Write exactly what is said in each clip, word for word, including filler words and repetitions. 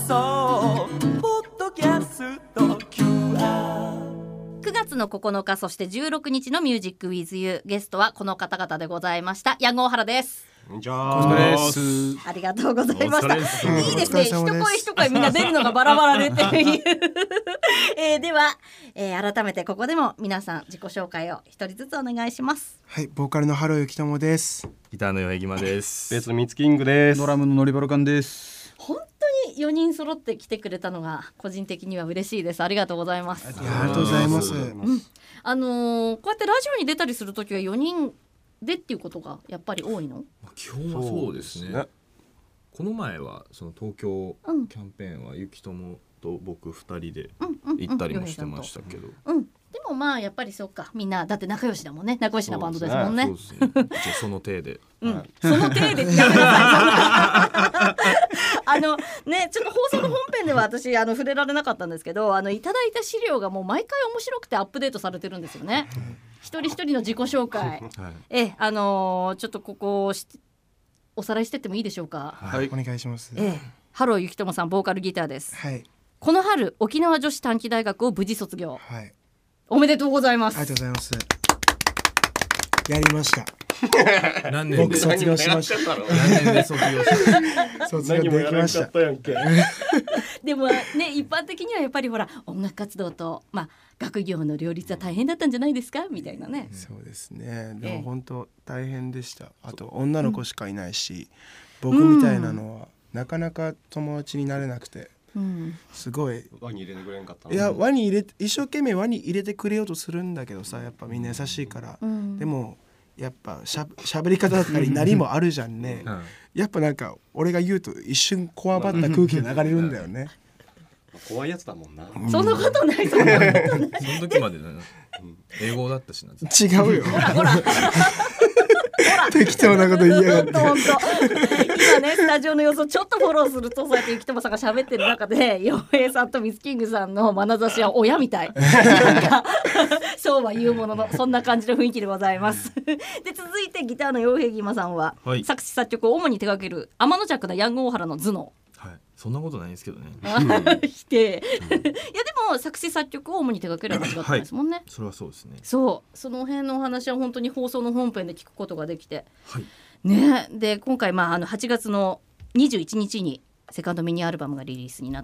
送ポッドキャスト キューアール。 くがつのここのか、そしてじゅうろくにちのミュージックウィズユー、ゲストはこの方々でございました。ヤング大原です。 こんにちは。 お疲れです。 ありがとうございました。いいですね。一お疲れ様です声一声みんな出るのがバラバラでっていう、えー、では、えー、改めてここでも皆さん自己紹介を一人ずつお願いします。 はい、ボーカルのハローゆきともです。 ギターのヨヘギマです。 ベースのミツキングです。 ドラムのノリバルカンです。 本当によにん揃って来てくれたのが個人的には嬉しいです。ありがとうございます。 ありがとうございます。 うん、あのー、こうやってラジオに出たりするときはよにんでっていうことがやっぱり多いの？ 基本はそうですね。この前はその東京キャンペーンはゆきともと僕ふたりで行ったりもしてましたけど、 うんうんうん、でもまあやっぱりそうか、みんなだって仲良しだもんね。仲良しなバンドですもんね。 そうですね。そうですね。じゃあその体で、 うんはい、その体でってやめなさい。あのね、ちょっと放送の本編では私あの触れられなかったんですけど、あのいただいた資料がもう毎回面白くてアップデートされてるんですよね。一人一人の自己紹介、はい、えあのー、ちょっとここをおさらいしてってもいいでしょうか。 はい、お願いします。 えハローゆきともさん、ボーカルギターです。 はい、この春沖縄女子短期大学を無事卒業、 はい、 おめでとうございます。 ありがとうございます。やりました。 何年で僕卒業しました。 何年で卒業した卒業できました。 でもね、一般的にはやっぱりほら音楽活動と、まあ、学業の両立は大変だったんじゃないですかみたいなね。 そうですね。でも本当大変でした。あと女の子しかいないし、うん、僕みたいなのはなかなか友達になれなくて、うん、すごい輪に入れてくれんかったの。いや輪に入れ一生懸命輪に入れてくれようとするんだけどさ、やっぱみんな優しいから、うん、でもやっぱしゃ喋り方だったりなりもあるじゃんね、うん、やっぱなんか俺が言うと一瞬こわばった空気で流れるんだよね。 怖いやつだもんな、 うん、そんなことない、そんなことない。 その時まで、ね、英語だったしな。 違うよ。 ほらほら適当なこと言いやがって。 本当今ね、スタジオの様子をちょっとフォローすると、そうやってゆきともさんが喋ってる中でヨヘイさんとミスキングさんの眼差しは親みたい。なんかそうは言うものの、そんな感じの雰囲気でございます。で続いてギターのヨヘイギマさんは、はい、作詞作曲を主に手掛ける天の弱なヤング大原の頭脳。 はい、そんなことないんですけどね。 否定。うん、いやでも作詞作曲を主に手掛ける話だったんですもんね。はい、 それはそうですね。 そうその辺のお話は本当に放送の本編で聞くことができて、 はい、 ね、で今回、まあ、あのはちがつのにじゅういちにちにセカンドミニアルバムがリリースになって、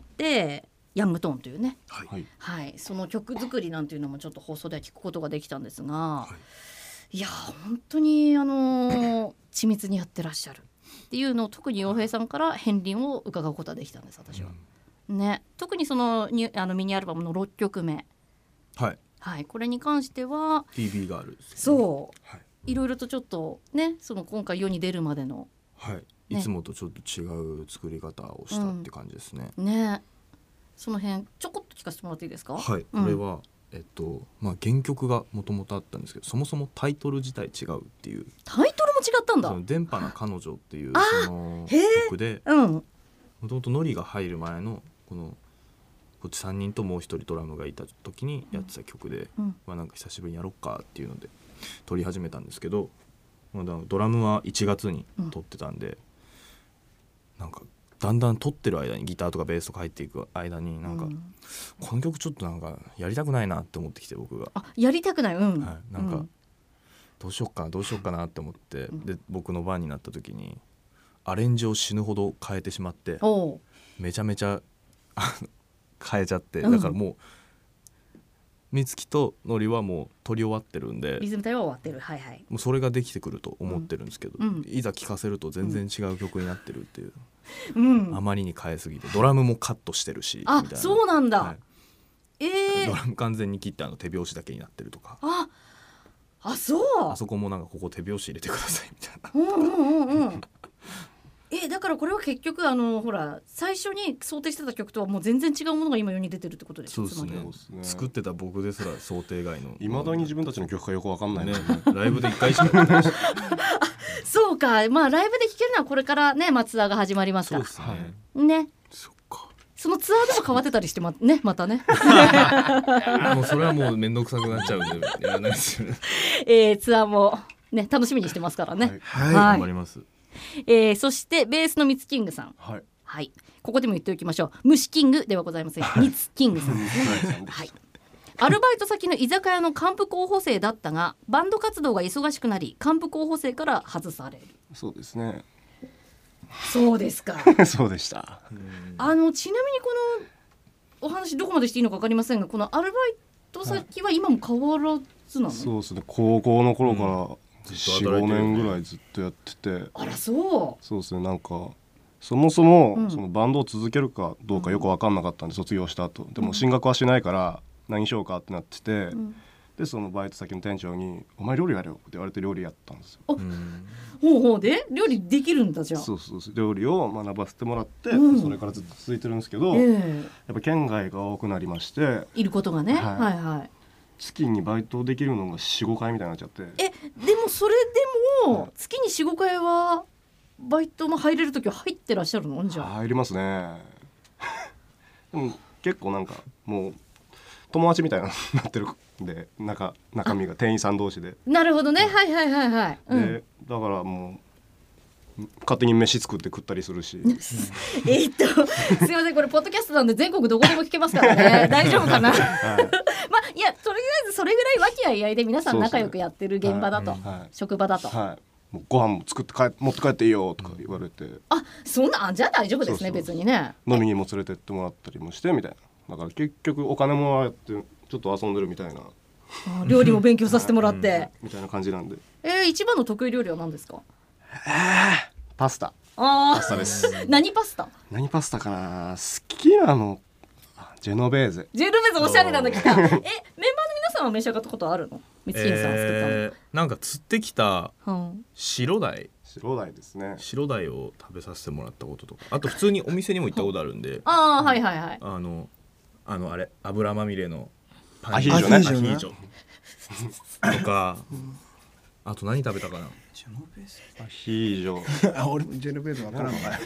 ヤングトーンというね、 はいはい、その曲作りなんていうのもちょっと放送では聞くことができたんですが、はい、いや本当にあのー、緻密にやってらっしゃるっていうのを、特に洋平さんから片鱗を伺うことができたんです、私は、うんね、特にそのにあのミニアルバムのろっきょくめ、 はいはい、これに関してはティービー があるです、ね、 そう、 はい、 いろいろとちょっとね、その今回世に出るまでの、 はい、ね、いつもとちょっと違う作り方をしたって感じですね、 うん、ね、その辺ちょこっと聞かせてもらっていいですか。 はい、これは、うん、えっとまあ、原曲がもともとあったんですけど、そもそもタイトル自体違うっていう。 タイトルも違ったんだ。 その電波な彼女っていうその曲で、もともとノリが入る前のこのこっちさんにんともうひとりドラムがいた時にやってた曲で、うん、まあ、なんか久しぶりにやろっかっていうので撮り始めたんですけど、まあ、ドラムはいちがつに撮ってたんで、うん、なんかだんだん撮ってる間にギターとかベースとか入っていく間になんか、うん、この曲ちょっとなんかやりたくないなって思ってきて、僕があやりたくない、うん、 はい、なんか、うん、どうしよっかなどうしよっかなって思って、うん、で僕の番になった時にアレンジを死ぬほど変えてしまって、めちゃめちゃ変えちゃって、だからもう美月とノリはもう撮り終わってるんで、 リズム隊は終わってる、はいはい、 もうそれができてくると思ってるんですけど、うん、いざ聴かせると全然違う曲になってるっていう、うん、あまりに変えすぎてドラムもカットしてるし、 あみたいな。 そうなんだ、はい、えー、 ドラム完全に切ってあの手拍子だけになってるとか、 ああそうあそこもなんかここ手拍子入れてくださいみたいな、 うんうんうんうんえだからこれは結局あのほら最初に想定してた曲とはもう全然違うものが今世に出てるってことですか。 そうですね、作ってた僕ですら想定外の、 いまだに自分たちの曲がよくわかんないねライブでいっかいしかやってないしそうか、まあライブで聴けるのはこれからね、まあ、ツアーが始まりますから。 そうですね、ね、 そっか、 そのツアーでも変わってたりしてまね、またねもうそれはもうめんどくさくなっちゃうんでやらないですよね、 えー、ツアーもね楽しみにしてますからね、 はい、はい、頑張ります。 えー、そしてベースのミツキングさん、 はい、 はい、ここでも言っておきましょう。虫キングではございません。ミツキングさんですね。はい。アルバイト先の居酒屋の幹部候補生だったが、バンド活動が忙しくなり幹部候補生から外される。 そうですね。 そうですか。 そうでした。 あのちなみにこのお話どこまでしていいのか分かりませんが、このアルバイト先は今も変わらずなの？ そうですね。高校の頃からよん、ごねんぐらいずっとやってて。 あらそう。 そうですね。なんかそもそも、 うん、 そのバンドを続けるかどうかよく分かんなかったんで、卒業した後でも進学はしないから何しようかってなってて、うん、でそのバイト先の店長に「お前料理やれよ」って言われて料理やったんですよ。 うん、ほうほうで料理できるんだじゃん。 そうそうそう、料理を学ばせてもらって、うん、それからずっと続いてるんですけど、えー、やっぱ県外が多くなりましていることがね、はい、はいはい月にバイトできるのが よん、ごかいみたいになっちゃって。 えでもそれでも、はい、月に よん、ごかいはバイトも入れるときは入ってらっしゃるの？じゃあ入りますね。でも結構なんかもう友達みたいになってるんで、中中身が店員さん同士で。 なるほどね、はいはいはいはい、 うん、でだからもう勝手に飯作って食ったりするしえっとすいません、これポッドキャストなんで全国どこでも聞けますからね大丈夫かな、はい、まあいやとりあえずそれぐらい和気あいあいで皆さん仲良くやってる現場だと、はいはい、職場だと、はい、 もうご飯も作って帰持って帰っていいよとか言われて、 あそんなじゃあ大丈夫ですね。そうそう別にね飲みにも連れてってもらったりもしてみたいな。だから結局お金もらってちょっと遊んでるみたいな、 あ料理も勉強させてもらってみたいな感じなんで。 えー、一番の得意料理は何ですか？ えー、パスタ。 あパスタです。 何パスタ？ 何パスタかな。好きなのジェノベーゼ。 ジェノベーゼおしゃれなの来た。えメンバーの皆さんは召し上がったことあるの？ミツキングさん作ったの、 えー、なんか釣ってきた白鯛、 白鯛ですね。 白鯛を食べさせてもらったこととか、あと普通にお店にも行ったことあるんでああはいはいはい、 あのあのあれ油まみれのアヒージョね。 アヒージョとかあと何食べたかな。 ジェノベーゼアヒージョあ俺もジェノベーゼわからんのかい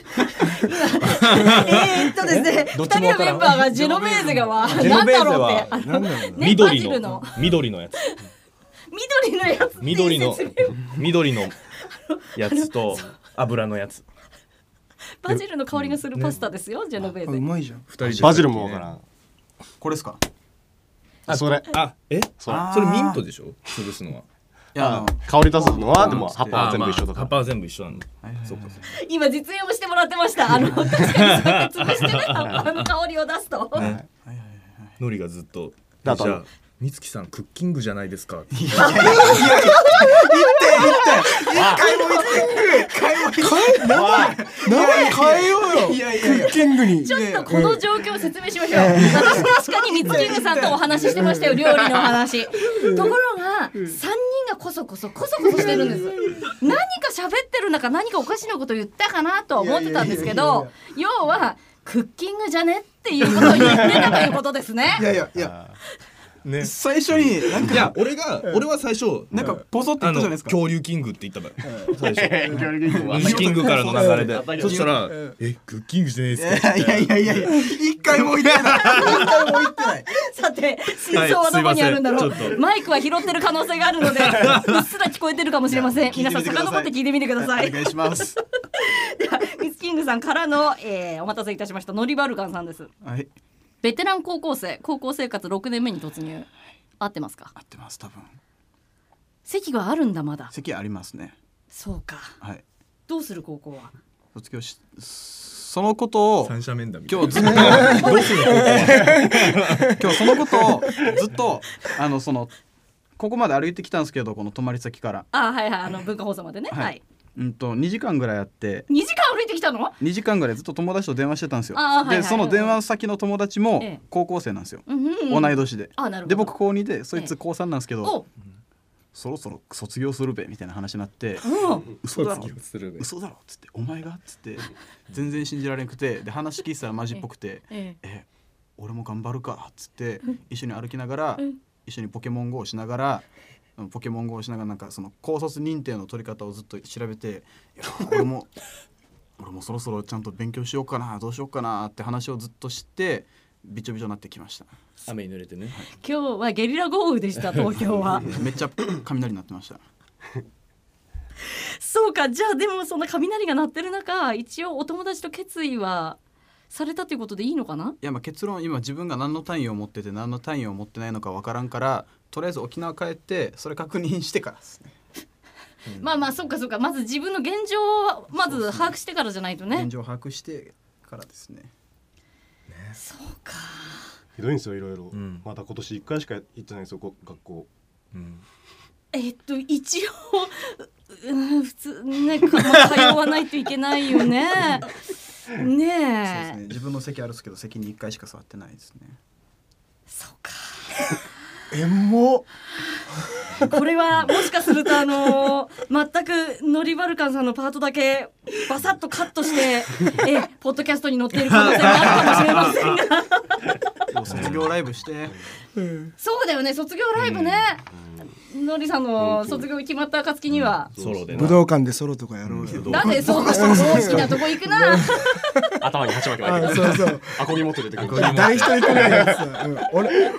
えーっとですねふたりのメンバーがジェノベーゼがは何だろうってあの、ね、 緑の緑のやつ緑のやつ緑の緑のやつと油のやつバジルの香りがするパスタですよ、ね、ジェノベーゼ。 うまいじゃん。 ふたりバジルもわからん。 これですか？ あそれあえそそれミントでしょ潰すのは。 いや香り出すのはでも葉っぱは全部一緒とか。 葉っぱは全部一緒なの。そうか。 今実演をしてもらってました。あの確かにそうやって潰してね葉っぱの香りを出すと。 海苔がずっと。じゃあ美月さんクッキングじゃないですか。 いやいやいや言って言って一回も言って一回も言って何変えようよ。いやいやクッキングにちょっとこの状況を説明しましょう。私確かにミツキングさんとお話ししてましたよ、料理の話。ところがさんにんがこそこそこそこそしてるんです。何か喋ってる中何かおかしなこと言ったかなとは思ってたんですけど、要はクッキングじゃねっていうことを言ってたということですね。 いやいやいやね、 最初になんかいや俺が、うん、俺は最初なんかポソって言ったじゃないですか。 恐竜キングって言ったから、うん、最初恐竜キング虫キングからの流れでそしたら、うん、えクッキングじゃないですか。 いやいやいやいや一回も言ってない一回も言ってない。 さて真相はどこにあるんだろう、はい、マイクは拾ってる可能性があるのでうっすら聞こえてるかもしれません。皆さん遡って聞いてみてください。 お願いしますではミツキングさんからの、えー、お待たせいたしましたノリバルガンさんです。 はい、 ベテラン高校生高校生活ろくねんめに突入。合ってますか？ 合ってます。多分席はあるんだ。まだ席ありますね。 そうか、 はい。 どうする高校は卒業しそのことを三者面談みたい今日ずっとどうする今日そのことをずっとあのそのここまで歩いてきたんですけど、この泊まり先からあはいはいあの文化放送までねはい、はい、 うんとにじかんぐらいあってにじかん歩いてきたの？ にじかんぐらいずっと友達と電話してたんですよ。 あ、はいはい、 でその電話先の友達も高校生なんですよ、ええ、同い年で。 あなるほど。 で僕高にでそいつ高さんなんですけど、 ええ、 そろそろ卒業するべみたいな話になって、 うん、 嘘だろ嘘だろっつってお前がっつって全然信じられなくて、で話聞いてたらマジっぽくてえええ俺も頑張るかっつって一緒に歩きながら一緒にポケモン ゴー しながらポケモン ゴー しながらなんかその高卒認定の取り方をずっと調べて、いや俺も俺もそろそろちゃんと勉強しようかなどうしようかなって話をずっとしてびちょびちょになってきました。 雨に濡れてね、はい、 今日はゲリラ豪雨でした東京はめっちゃ雷になってましたそうか、じゃあでもそんな雷が鳴ってる中、一応お友達と決意はされたということでいいのかな。 いやまあ結論、今自分が何の単位を持ってて何の単位を持ってないのか分からんから、とりあえず沖縄帰ってそれ確認してからですね。 うん、まあまあそうかそうか、まず自分の現状をまず把握してからじゃないとね。 現状を把握してからですね。ね、 そうか。 ひどいんですよ、いろいろ、 うん、 まだ今年いっかいしか行ってないんですよ、学校。 うん、 えっと一応、うん、普通ね、まあ、通わないといけないよね。ねえ。そうですね。自分の席あるんですけど、席にいっかいしか座ってないですね。 そうか。 えもこれはもしかするとあのー、全くノリバルカンさんのパートだけバサッとカットしてえポッドキャストに載っている可能性もあるかもしれませんがもう卒業ライブして、 うん、そうだよね、卒業ライブね、うん、ノリさんの卒業決まった暁には、 うん、ソロで武道館でソロとかやろうよ、 うん、だってそう好きなとこ行くな頭に鉢巻き巻いて、 そうそうアコギ持って出てくる誰一人来ないやつ、うん、俺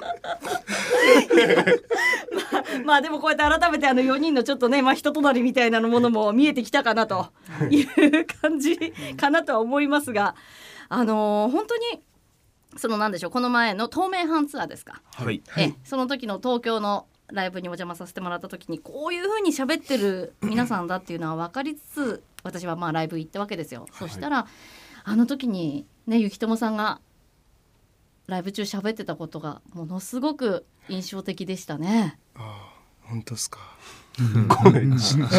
まあ、まあでもこうやって改めてあのよにんのちょっとね、まあ、人となりみたいなものも見えてきたかなという感じかなとは思いますが、あのー、本当にそのなんでしょう、この前の東名阪ツアーですか、 はい、 えその時の東京のライブにお邪魔させてもらった時に、こういう風に喋ってる皆さんだっていうのは分かりつつ、私はまあライブ行ったわけですよ。そしたらあの時にね、ゆきともさんがライブ中喋ってたことがものすごく印象的でしたね。 ああ、本当ですか。 ごめんなさい、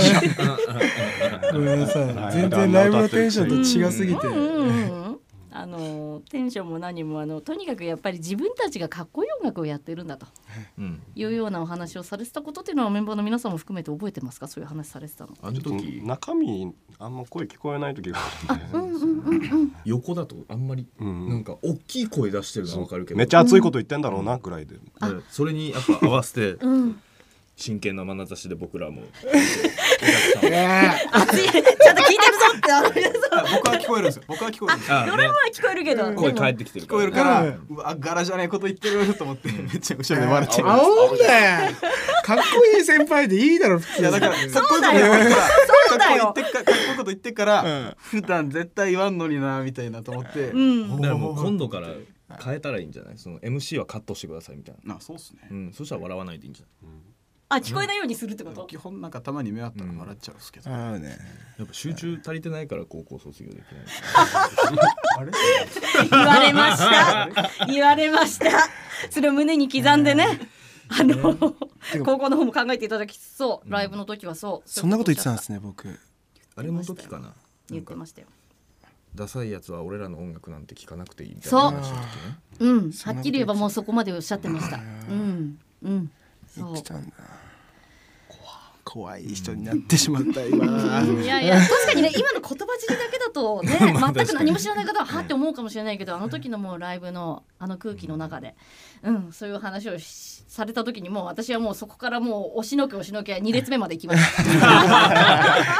全然ライブのテンションと違すぎて、 うんうんうん、あのテンションも何もあのとにかくやっぱり自分たちがかっこいい音楽をやってるんだというようなお話をされてたことっていうのは、メンバーの皆さんも含めて覚えてますか？そういう話されてたの。 あの時中身あんま声聞こえない時があるんで、 うんうんうんうん、 横だとあんまりなんか大きい声出してるのは分かるけど、 めっちゃ熱いこと言ってんだろうなぐらいで、 うん、それにやっぱ合わせて、うん、真剣な眼差しで僕らも熱い、ちゃんと聞いてるぞってあの皆さん僕は聞こえるんですよ。僕は聞こえるんですよ。 俺は聞こえるけど、 声返ってきてる聞こえるから、うわ柄じゃないこと言ってると思ってめっちゃ後ろで笑ってる。 あおんだよ、かっこいい先輩でいいだろ普通。 いやだからかっこいいこと言ってから、かっこいいこと言ってから普段絶対言わんのになみたいなと思って、 だからもう今度から変えたらいいんじゃない？その エムシー はカットしてくださいみたいな。 あ、そうっすね。 うん、そしたら笑わないでいいんじゃない？ あ、聞こえないようにするってこと？ 基本なんかたまに目あったら笑っちゃうんですけど、 うん、あね、 やっぱ集中足りてないから高校卒業できないあれ言われました言われました。それを胸に刻んでね、あの高校の方も考えていただきそう、ライブの時はそう、 そんなこと言ってたんですね。僕あれの時かな、 言ってましたよ。 ダサいやつは俺らの音楽なんて聞かなくていいみたいな話の時ね。 そう、うん、はっきり言えばもうそこまでおっしゃってました。うんうん、 言ってたんだ。怖い人になってしまった今。 いやいや、確かにね、今の言葉尻だけだとね全く何も知らない方ははって思うかもしれないけど、あの時のもうライブのあの空気の中で、うん、そういう話をされた時にもう私はもうそこからもう押しのけ押しのけに列目まで行きました、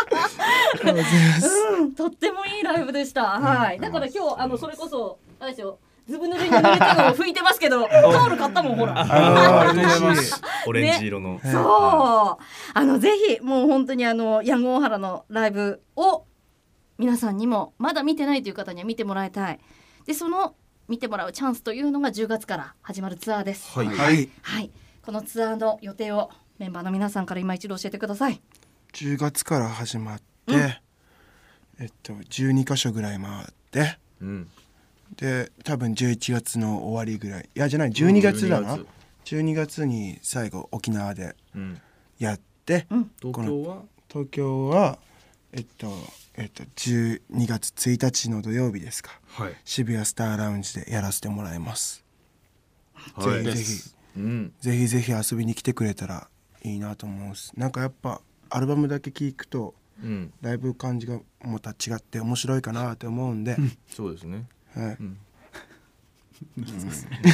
うん、とってもいいライブでした、はい、だから今日あのそれこそあれですよ、ずぶ濡れに濡れたのを拭いてますけどタオル買ったもん、ほらあオレンジ色の、 ね、そう、あのぜひもう本当にあのヤング大原のライブを皆さんにもまだ見てないという方には見てもらいたい。でその見てもらうチャンスというのがじゅうがつから始まるツアーです。 はい、 はいはい、このツアーの予定をメンバーの皆さんから今一度教えてください。 じゅうがつから始まって、うん、えっとじゅうにかしょぐらい回って、うん、で多分じゅういちがつの終わりぐらい、いやじゃないじゅうにがつだな、うん、じゅうにがつに最後沖縄でやって、うん、 東京は東京はえっとえっとじゅうにがつついたちの土曜日ですか、はい、渋谷スターラウンジでやらせてもらいます、はい、ぜひぜひ、うん、ぜひぜひ遊びに来てくれたらいいなと思うんです。なんかやっぱアルバムだけ聴くと、うん、ライブ感じがまた違って面白いかなと思うんで、うん、 そうですね、 はい、 うんごめん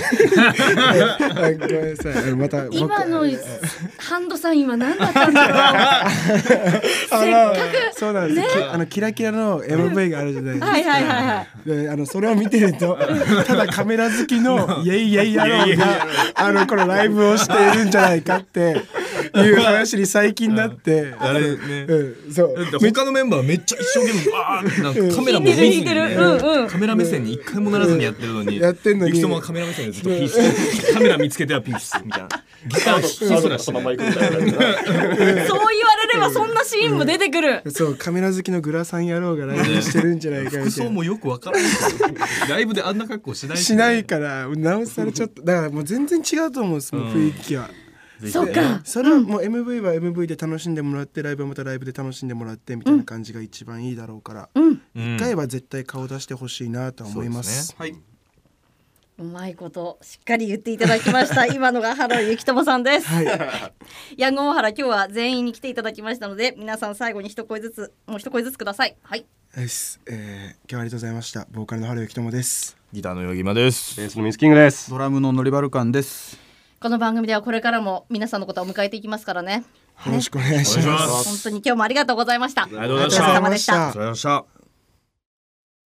なさい、また今のハンドサインは何だったんだろうせっかくそうなんです、ね、あのキラキラの エムブイ があるじゃないですか、 はいはいはいはい、 であのそれを見てるとただカメラ好きのイエイイエイ野郎があのこのライブをしているんじゃないかっていう話に最近なってあれね、 うん、そう他のメンバーめっちゃ一生懸命わーってなんかカメラも見ずにね、うんうん、カメラ目線に一回もならずにやってるのに、 やってんのにゆきともはカメラ目線でずっとピースカメラ見つけてはピースみたいなギター弾きすらしてないそう言われればそんなシーンも出てくる、 うん、そうカメラ好きのグラさん野郎がライブしてるんじゃないかみたいな服装もよくわからないライブであんな格好しないしないからなおさらちょっとだからもう全然違うと思うんですもん、雰囲気は。 そうか、 それはもう エムブイ は エムブイ で楽しんでもらってライブはまたライブで楽しんでもらってみたいな感じが一番いいだろうから、うん、一回は絶対顔出してほしいなと思います。 そうですね、 はい、うまいことしっかり言っていただきました今のが原ゆきともさんです、はい、ヤング大原今日は全員に来ていただきましたので皆さん最後に一声ずつもう一声ずつください。はい、 です、えー、今日はありがとうございました。ボーカルの原ゆきともです。 ギターのヨギマです。 ベースのミスキングです。 ドラムのノリバルカンです。 この番組ではこれからも皆さんのことを迎えていきますからね。 よろしくお願いします。 本当に今日もありがとうございました。 ありがとうございました。 お疲れ様でした。 お疲れ様でした。